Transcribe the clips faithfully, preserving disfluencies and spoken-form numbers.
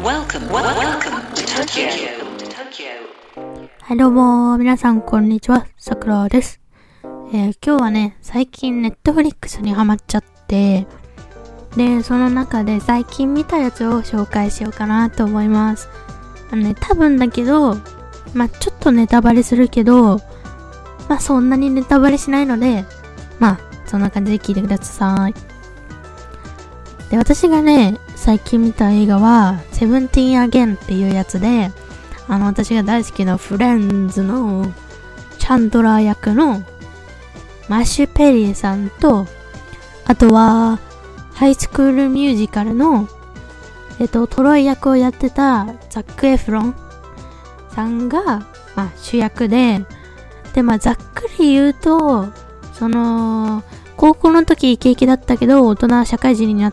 Welcome, welcome to Tokyo. はい、どうも皆さんこんにちは、さくらです。えー、今日はね、最近ネットフリックスにハマっちゃって、で、その中で最近見たやつを紹介しようかなと思います。あのね、多分だけど、まあちょっとネタバレするけど、まあそんなにネタバレしないので、まあそんな感じで聞いてください。で、私がね、最近見た映画は、セブンティーンアゲンっていうやつで、あの、私が大好きなフレンズのチャンドラー役のマッシュ・ペリーさんと、あとは、ハイスクールミュージカルの、えっと、トロイ役をやってたザック・エフロンさんが、まあ、主役で、で、まあ、ざっくり言うと、その、高校の時イケイケだったけど、大人社会人になって、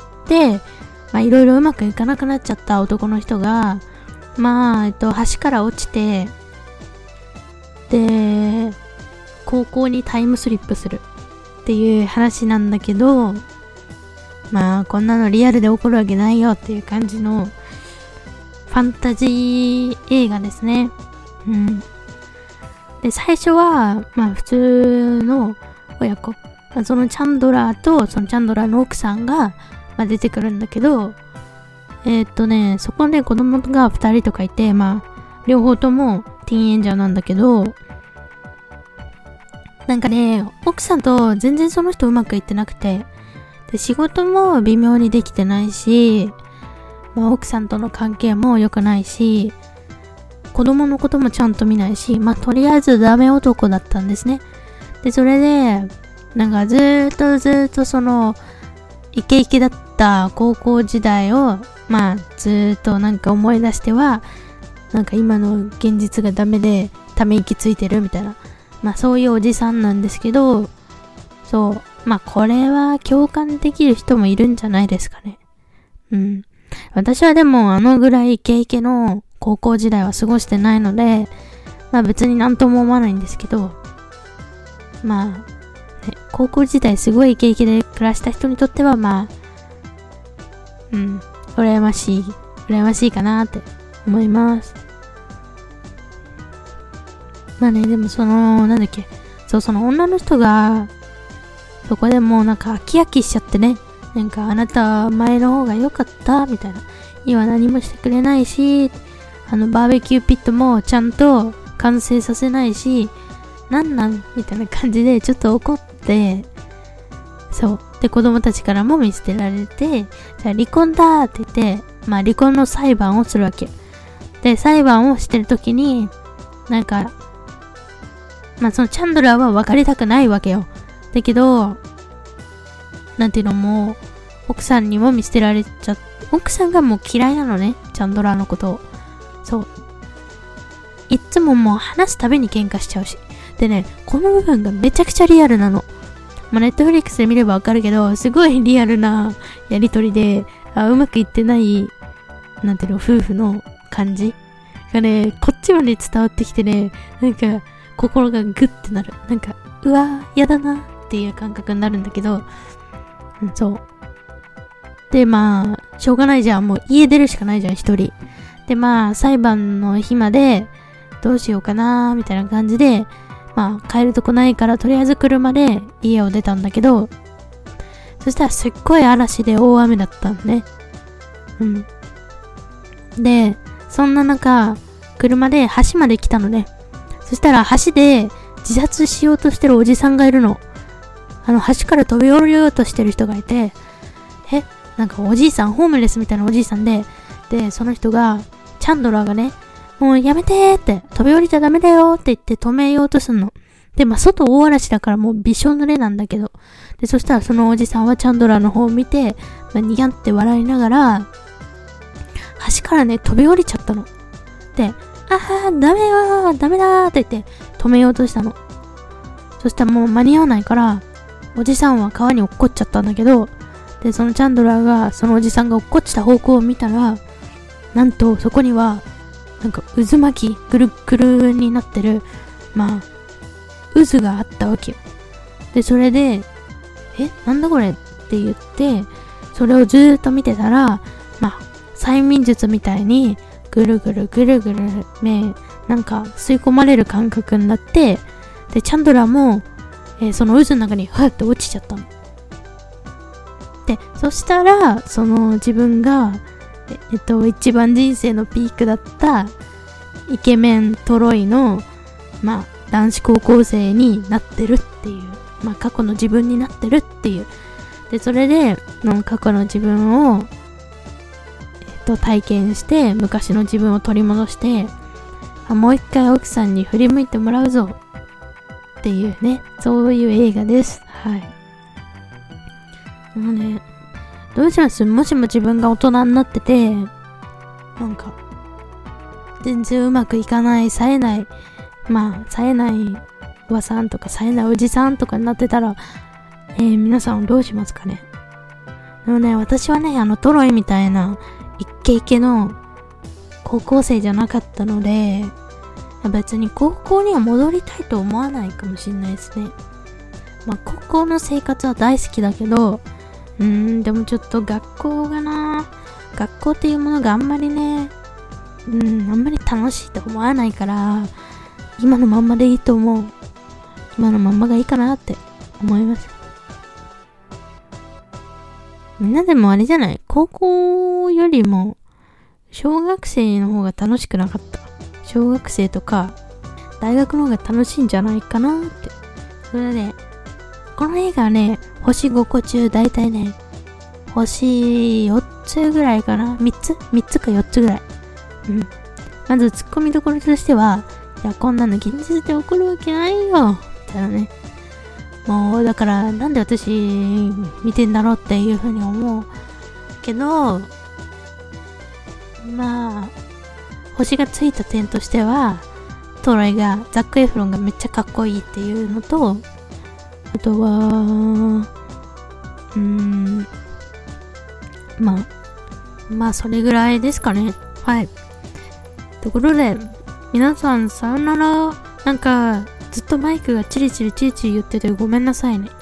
まあ、いろいろうまくいかなくなっちゃった男の人が、まあ、えっと、橋から落ちて、で、高校にタイムスリップするっていう話なんだけど、まあ、こんなのリアルで起こるわけないよっていう感じのファンタジー映画ですね。うん。で、最初は、まあ、普通の親子。そのチャンドラーと、そのチャンドラーの奥さんが、まあ、出てくるんだけど、えー、っとね、そこで子供がふたりとかいて、まあ、両方ともティーンエンジャーなんだけど、なんかね、奥さんと全然その人うまくいってなくて、で、仕事も微妙にできてないし、まあ、奥さんとの関係も良くないし、子供のこともちゃんと見ないし、まあ、とりあえずダメ男だったんですね。で、それで、なんかずーっとずーっとその、イケイケだった高校時代を、まあ、ずーっとなんか思い出しては、なんか今の現実がダメで、ため息ついてるみたいな。まあ、そういうおじさんなんですけど、そう。まあ、これは共感できる人もいるんじゃないですかね。うん。私はでも、あのぐらいイケイケの高校時代は過ごしてないので、まあ別になんとも思わないんですけど、まあ、ね、高校時代すごいイケイケで暮らした人にとってはまあ、うん、羨ましい、羨ましいかなって思います。まあね、でもその、なんだっけ、そう、その女の人が、そこでもうなんか飽き飽きしちゃってね、なんかあなた前の方が良かったみたいな。今何もしてくれないし、あのバーベキューピットもちゃんと完成させないし、なんなんみたいな感じでちょっと怒って、そう。で、子供たちからも見捨てられて、じゃあ離婚だって言って、まあ離婚の裁判をするわけ。で、裁判をしてるときに、なんか、まあそのチャンドラーは別れたくないわけよ。だけど、なんていうのもう、奥さんにも見捨てられちゃって、奥さんがもう嫌いなのね、チャンドラーのことを。そう。いっつももう話すたびに喧嘩しちゃうし。でね、この部分がめちゃくちゃリアルなの。まあ、ネットフリックスで見ればわかるけど、すごいリアルなやりとりで、あ、うまくいってない、なんていうの、夫婦の感じがね、こっちまで伝わってきてね、なんか、心がグッてなる。なんか、うわー、やだなっていう感覚になるんだけど、うん、そう。で、まあ、しょうがないじゃん。もう家出るしかないじゃん、一人。で、まあ、裁判の日まで、どうしようかなーみたいな感じで、まあ、帰るとこないから、とりあえず車で家を出たんだけど、そしたらすっごい嵐で大雨だったんね。うん。で、そんな中、車で橋まで来たのね。そしたら橋で自殺しようとしてるおじさんがいるの。あの、橋から飛び降りようとしてる人がいて、え、なんかおじいさん、ホームレスみたいなおじいさんで、で、その人が、チャンドラーがね、もうやめてーって、飛び降りちゃダメだよって言って止めようとすんの。で、まあ、外大嵐だからもうびしょ濡れなんだけど。で、そしたらそのおじさんはチャンドラーの方を見て、まあ、にやって笑いながら、橋からね、飛び降りちゃったの。で、あー、ダメよー、ダメだーって言って止めようとしたの。そしたらもう間に合わないから、おじさんは川に落っこっちゃったんだけど、で、そのチャンドラーが、そのおじさんが落っこっちた方向を見たら、なんとそこには、なんか渦巻き、ぐるぐるになってる、まあ、渦があったわけよ。で、それで、え、なんだこれって言って、それをずーっと見てたら、まあ、 催眠術みたいにぐるぐるぐるぐる目なんか吸い込まれる感覚になって、でチャンドラーも、えー、その渦の中にふわって落ちちゃったの。でそしたらその自分がええっと一番人生のピークだったイケメントロイのまあ男子高校生になってるっていう、まあ過去の自分になってるっていう。でそれでの過去の自分をえっと体験して昔の自分を取り戻して、あもう一回奥さんに振り向いてもらうぞっていうね、そういう映画です。はい。もうね、どうします？もしも自分が大人になってて、なんか全然うまくいかない、冴えない、まあ冴えないおばさんとか冴えないおじさんとかになってたら、えー、皆さんどうしますかね？でもね、私はね、あのトロイみたいなイケイケの高校生じゃなかったので、別に高校には戻りたいと思わないかもしれないですね。まあ高校の生活は大好きだけど、うーんでもちょっと学校がな、学校っていうものがあんまりね、うんあんまり楽しいと思わないから、今のまんまでいいと思う。今のまんまがいいかなって思います。みんなでもあれじゃない？高校よりも小学生の方が楽しくなかった？小学生とか大学の方が楽しいんじゃないかなって。それで、この映画はね、星ごこ中だいたいね、星よっつぐらいかな？ みっ つ ?みっ つかよっつぐらい。うん。まずツッコミどころとしては、いや、こんなの現実で起こるわけないよ。みたいなね。もう、だから、なんで私、見てんだろうっていうふうに思う。けど、まあ、星がついた点としては、トロイが、ザック・エフロンがめっちゃかっこいいっていうのと、あとは、うーん、まあ、まあ、それぐらいですかね。はい。ところで、皆さんさよなら。なんかずっとマイクがチリチリチリチリ言っててごめんなさいね。